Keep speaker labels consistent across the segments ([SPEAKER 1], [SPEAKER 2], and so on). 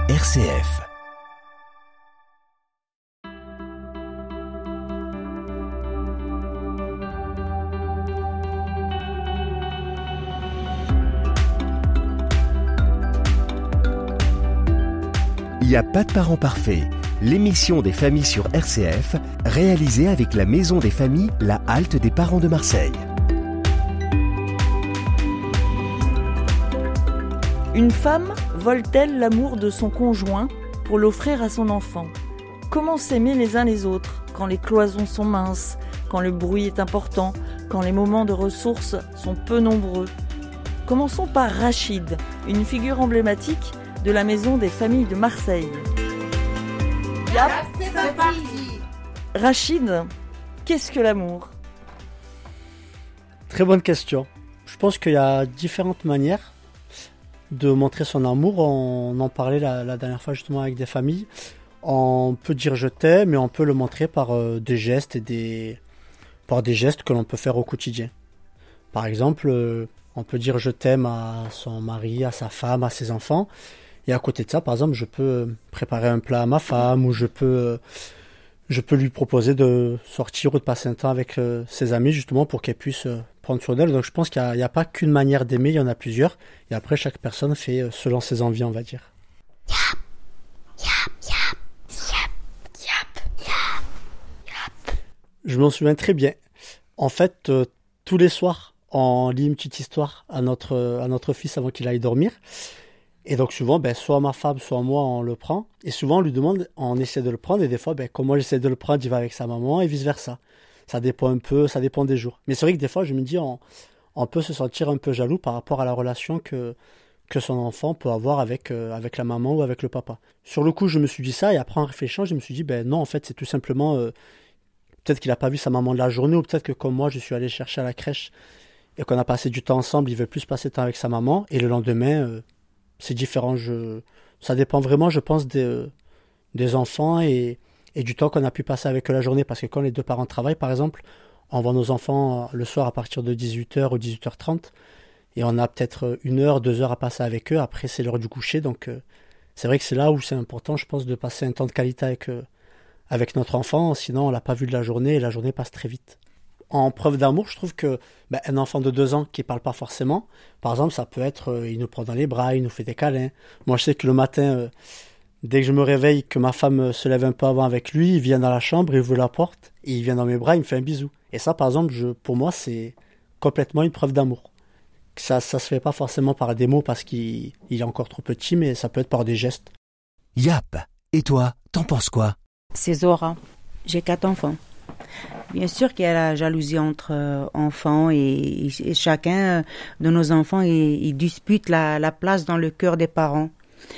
[SPEAKER 1] RCF. Il n'y a pas de parents parfaits. L'émission des familles sur RCF, réalisée avec la Maison des familles, la halte des parents de Marseille.
[SPEAKER 2] Une femme vole-t-elle l'amour de son conjoint pour l'offrir à son enfant ? Comment s'aimer les uns les autres quand les cloisons sont minces, quand le bruit est important, quand les moments de ressources sont peu nombreux ? Commençons par Rachid, une figure emblématique de la Maison des familles de Marseille.
[SPEAKER 3] Yap, c'est parti.
[SPEAKER 2] Rachid, qu'est-ce que l'amour ?
[SPEAKER 4] Très bonne question. Je pense qu'il y a différentes manières de montrer son amour. On en parlait la dernière fois justement avec des familles. On peut dire je t'aime, mais on peut le montrer par des gestes par des gestes que l'on peut faire au quotidien. Par exemple, on peut dire je t'aime à son mari, à sa femme, à ses enfants. Et à côté de ça, par exemple, je peux préparer un plat à ma femme ou je peux lui proposer de sortir ou de passer un temps avec ses amis justement pour qu'elle puisse prendre soin d'elle. Donc je pense qu'il n'y a pas qu'une manière d'aimer, il y en a plusieurs. Et après, chaque personne fait selon ses envies, on va dire.
[SPEAKER 3] Yap, yap, yap, yap, yap, yap, yap.
[SPEAKER 4] Je m'en souviens très bien. En fait, tous les soirs, on lit une petite histoire à notre fils avant qu'il aille dormir. Et donc souvent, soit ma femme, soit moi, on le prend. Et souvent, on lui demande, on essaie de le prendre. Et des fois, comme moi j'essaie de le prendre, il va avec sa maman et vice-versa. Ça dépend un peu, ça dépend des jours. Mais c'est vrai que des fois, je me dis, on peut se sentir un peu jaloux par rapport à la relation que son enfant peut avoir avec la maman ou avec le papa. Sur le coup, je me suis dit ça. Et après, en réfléchissant, je me suis dit, non, en fait, c'est tout simplement... peut-être qu'il n'a pas vu sa maman de la journée. Ou peut-être que comme moi, je suis allé chercher à la crèche et qu'on a passé du temps ensemble, il veut plus passer de temps avec sa maman. Et le lendemain... c'est différent, ça dépend vraiment, je pense, des enfants et du temps qu'on a pu passer avec eux la journée. Parce que quand les deux parents travaillent, par exemple, on voit nos enfants le soir à partir de 18h ou 18h30 et on a peut-être 1 heure, 2 heures à passer avec eux. Après, c'est l'heure du coucher. Donc, c'est vrai que c'est là où c'est important, je pense, de passer un temps de qualité avec notre enfant. Sinon, on l'a pas vu de la journée et la journée passe très vite. En preuve d'amour, je trouve que un enfant de 2 ans qui ne parle pas forcément, par exemple, ça peut être, il nous prend dans les bras, il nous fait des câlins. Moi, je sais que le matin, dès que je me réveille, que ma femme se lève un peu avant avec lui, il vient dans la chambre, il ouvre la porte, et il vient dans mes bras, il me fait un bisou. Et ça, par exemple, pour moi, c'est complètement une preuve d'amour. Ça se fait pas forcément par des mots parce qu'il est encore trop petit, mais ça peut être par des gestes.
[SPEAKER 1] Yap, et toi, t'en penses quoi ?
[SPEAKER 5] C'est Zora. J'ai 4 enfants. Bien sûr qu'il y a la jalousie entre enfants et chacun de nos enfants il dispute la place dans le cœur des parents.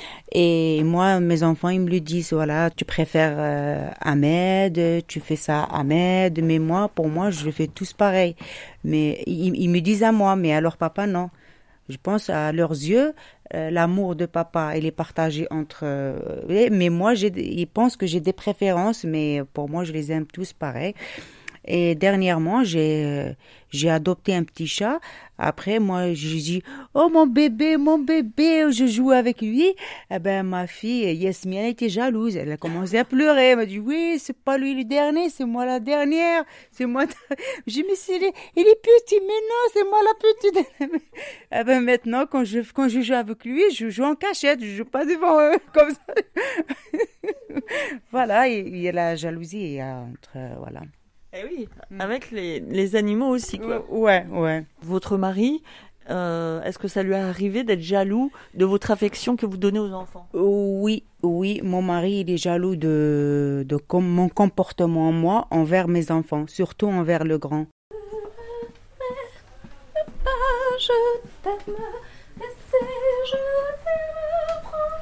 [SPEAKER 5] Et moi, mes enfants, ils me le disent, voilà, tu préfères Ahmed, tu fais ça Ahmed, mais pour moi, je fais tous pareil. Mais ils me disent à moi, mais à leur papa, non. Je pense à leurs yeux, l'amour de papa, il est partagé entre... mais moi, ils pensent que j'ai des préférences, mais pour moi, je les aime tous pareil. Et dernièrement, j'ai adopté un petit chat. Après, moi, j'ai dit, oh mon bébé, je joue avec lui. Eh ma fille, Yasmine, elle était jalouse. Elle a commencé à pleurer. Elle m'a dit, oui, c'est pas lui le dernier, c'est moi la dernière. C'est moi. J'ai dit, mais il est petit, mais non, c'est moi la petite. Maintenant, quand je joue avec lui, je joue en cachette. Je joue pas devant eux, comme ça. Voilà, il y a la jalousie entre, voilà.
[SPEAKER 2] Eh oui, avec les animaux aussi, quoi.
[SPEAKER 5] Ouais.
[SPEAKER 2] Votre mari, est-ce que ça lui est arrivé d'être jaloux de votre affection que vous donnez aux enfants ?
[SPEAKER 5] Oui, mon mari, il est jaloux de mon comportement, moi, envers mes enfants, surtout envers le grand.
[SPEAKER 3] Je t'aime, je t'aime,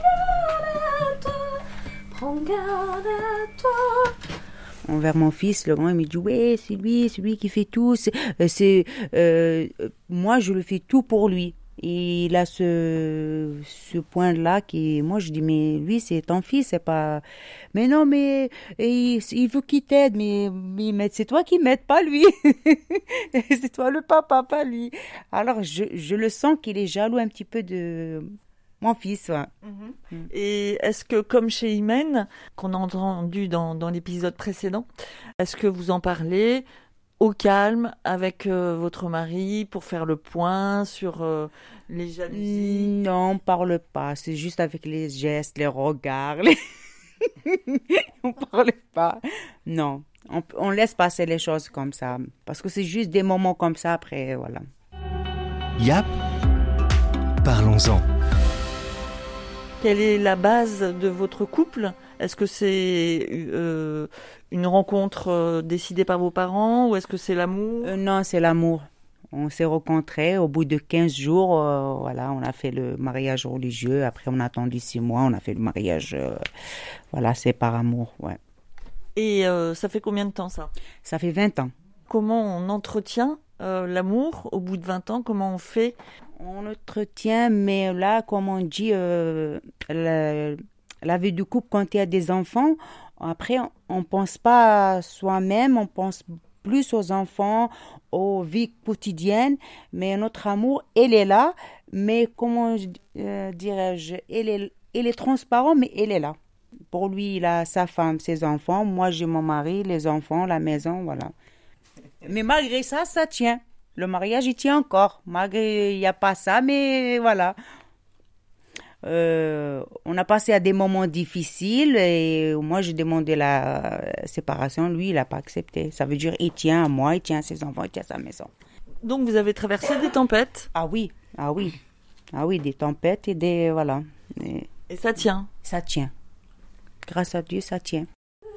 [SPEAKER 3] prends garde à toi.
[SPEAKER 5] Envers mon fils, le grand, il me dit, ouais, c'est lui qui fait tout. Moi, je le fais tout pour lui. Et il a ce point-là qui, moi, je dis, mais lui, c'est ton fils, c'est pas... Mais non, mais il veut qu'il t'aide, mais c'est toi qui m'aides, pas lui. C'est toi le papa, pas lui. Alors, je le sens qu'il est jaloux un petit peu de Mon fils, ouais.
[SPEAKER 2] Et est-ce que, comme chez Imen, qu'on a entendu dans l'épisode précédent, est-ce que vous en parlez au calme avec votre mari pour faire le point sur les jalousies?
[SPEAKER 5] Non, on parle pas. C'est juste avec les gestes, les regards. On parle pas. Non, on laisse passer les choses comme ça. Parce que c'est juste des moments comme ça, après, voilà.
[SPEAKER 1] Yap, parlons-en.
[SPEAKER 2] Quelle est la base de votre couple? Est-ce que c'est une rencontre décidée par vos parents ou est-ce que c'est l'amour?
[SPEAKER 5] Non, c'est l'amour. On s'est rencontrés au bout de 15 jours. Voilà, on a fait le mariage religieux. Après, on a attendu 6 mois. On a fait le mariage. Voilà, c'est par amour. Ouais.
[SPEAKER 2] Et ça fait combien de temps ça?
[SPEAKER 5] Ça fait 20 ans.
[SPEAKER 2] Comment on entretient l'amour au bout de 20 ans? Comment on fait?
[SPEAKER 5] On entretient, mais là, comme on dit, la vie du couple, quand il y a des enfants, après, on ne pense pas à soi-même, on pense plus aux enfants, aux vies quotidiennes, mais notre amour, elle est là, mais comment dirais-je, elle est transparente, mais elle est là. Pour lui, il a sa femme, ses enfants, moi j'ai mon mari, les enfants, la maison, voilà. Mais malgré ça, ça tient. Le mariage, il tient encore. Malgré, il n'y a pas ça, mais voilà. On a passé à des moments difficiles et moi, j'ai demandé la séparation. Lui, il n'a pas accepté. Ça veut dire il tient à moi, il tient à ses enfants, il tient à sa maison.
[SPEAKER 2] Donc, vous avez traversé des tempêtes?
[SPEAKER 5] Ah oui, ah oui. Ah oui, des tempêtes et des... Voilà.
[SPEAKER 2] Et ça tient?
[SPEAKER 5] Ça tient. Grâce à Dieu, ça tient.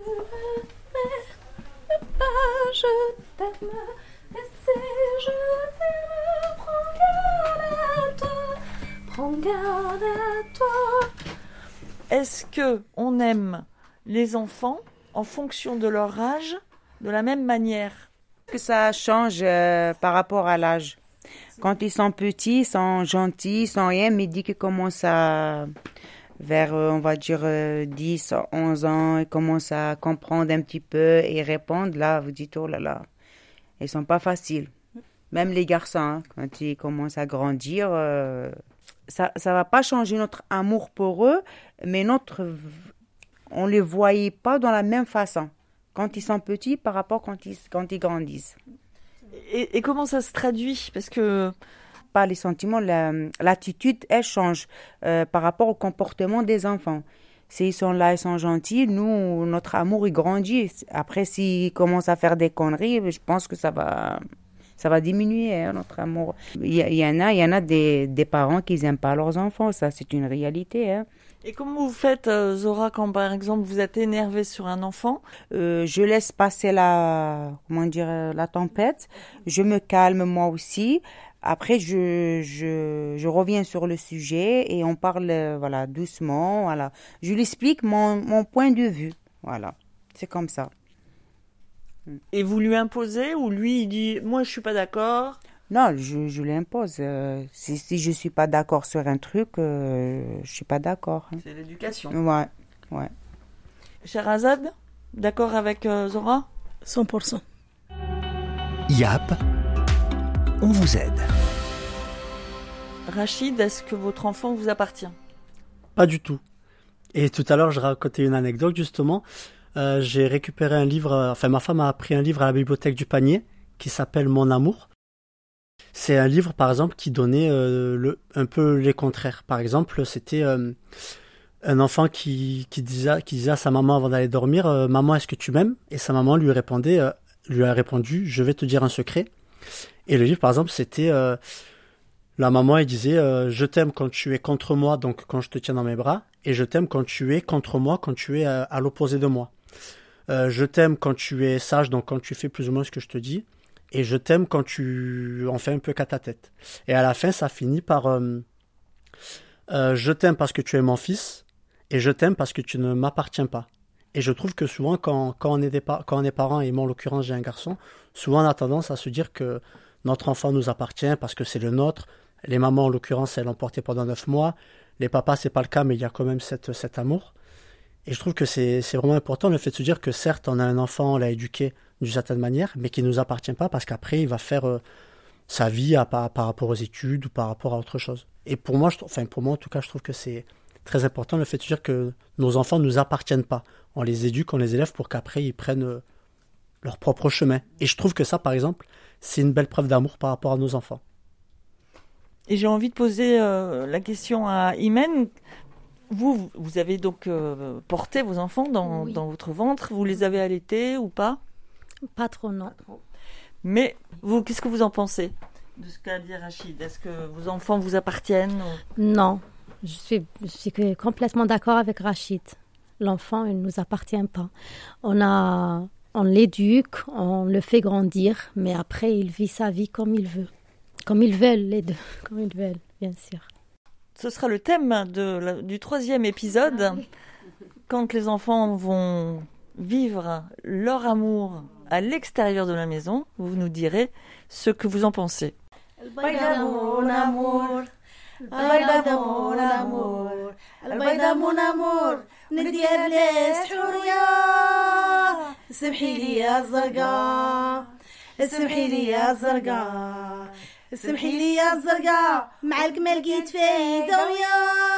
[SPEAKER 3] Je t'aime, et si je t'aime, prends garde à toi, prends garde à toi.
[SPEAKER 2] Est-ce que on aime les enfants en fonction de leur âge de la même manière?
[SPEAKER 5] Que ça change par rapport à l'âge. Quand ils sont petits, ils sont gentils, ils sont rien, mais dès qu'ils commencent à... vers, on va dire, 10, 11 ans, ils commencent à comprendre un petit peu et répondre, là, vous dites, oh là là, ils sont pas faciles. Même les garçons, hein, quand ils commencent à grandir, ça va pas changer notre amour pour eux, mais on les voyait pas dans la même façon quand ils sont petits par rapport quand ils grandissent.
[SPEAKER 2] Et comment ça se traduit? Parce que...
[SPEAKER 5] Pas les sentiments, l'attitude, elle change par rapport au comportement des enfants. S'ils sont là, ils sont gentils, nous, notre amour, il grandit. Après, s'ils commencent à faire des conneries, je pense que ça va diminuer, hein, notre amour. Il y en a des parents qui n'aiment pas leurs enfants, ça, c'est une réalité. Hein.
[SPEAKER 2] Et comment vous faites, Zora, quand par exemple vous êtes énervée sur un enfant?
[SPEAKER 5] Je laisse passer la tempête. Je me calme moi aussi. Après, je reviens sur le sujet et on parle voilà, doucement. Voilà. Je lui explique mon point de vue. Voilà. C'est comme ça.
[SPEAKER 2] Et vous lui imposez ou lui, il dit « Moi, je suis pas d'accord ».
[SPEAKER 5] Non, je lui impose. Si je suis pas d'accord sur un truc, je suis pas d'accord. Hein.
[SPEAKER 2] C'est l'éducation.
[SPEAKER 5] Ouais.
[SPEAKER 2] Sherazade, d'accord avec Zora?
[SPEAKER 6] 100%.
[SPEAKER 1] Yap, on vous aide.
[SPEAKER 2] Rachid, est-ce que votre enfant vous appartient?
[SPEAKER 4] Pas du tout. Et tout à l'heure, je racontais une anecdote justement. J'ai récupéré un livre, ma femme a pris un livre à la bibliothèque du panier qui s'appelle Mon amour. C'est un livre, par exemple, qui donnait un peu les contraires. Par exemple, c'était un enfant qui disait à sa maman avant d'aller dormir, Maman, est-ce que tu m'aimes? Et sa maman lui a répondu, je vais te dire un secret. Et le livre, par exemple, c'était la maman, elle disait, je t'aime quand tu es contre moi, donc quand je te tiens dans mes bras, et je t'aime quand tu es contre moi, quand tu es à l'opposé de moi. Je t'aime quand tu es sage, donc quand tu fais plus ou moins ce que je te dis. Et je t'aime quand tu en fais un peu qu'à ta tête. Et à la fin, ça finit par je t'aime parce que tu es mon fils et je t'aime parce que tu ne m'appartiens pas. Et je trouve que souvent, quand on est parents, et moi en l'occurrence j'ai un garçon, souvent on a tendance à se dire que notre enfant nous appartient parce que c'est le nôtre. Les mamans en l'occurrence, elles l'ont porté pendant 9 mois. Les papas, c'est pas le cas, mais il y a quand même cet amour. Et je trouve que c'est vraiment important le fait de se dire que certes, on a un enfant, on l'a éduqué d'une certaine manière, mais qui ne nous appartient pas parce qu'après, il va faire sa vie par rapport aux études ou par rapport à autre chose. Et pour moi, pour moi en tout cas, je trouve que c'est très important le fait de dire que nos enfants ne nous appartiennent pas. On les éduque, on les élève pour qu'après ils prennent leur propre chemin. Et je trouve que ça, par exemple, c'est une belle preuve d'amour par rapport à nos enfants.
[SPEAKER 2] Et j'ai envie de poser la question à Imen. Vous avez donc porté vos enfants dans votre ventre. Vous les avez allaités ou pas?
[SPEAKER 3] Pas trop, non.
[SPEAKER 2] Mais vous, qu'est-ce que vous en pensez de ce qu'a dit Rachid? Est-ce que vos enfants vous appartiennent ou...
[SPEAKER 3] Non, je suis complètement d'accord avec Rachid. L'enfant, il ne nous appartient pas. On l'éduque, on le fait grandir, mais après, il vit sa vie comme il veut. Comme ils veulent, les deux. Comme ils veulent, bien sûr.
[SPEAKER 2] Ce sera le thème du 3e épisode. Quand les enfants vont vivre leur amour à l'extérieur de la maison, vous nous direz ce que vous en pensez.
[SPEAKER 6] اسمحي لي يا الزرقاء مع الجمال جيت في دويا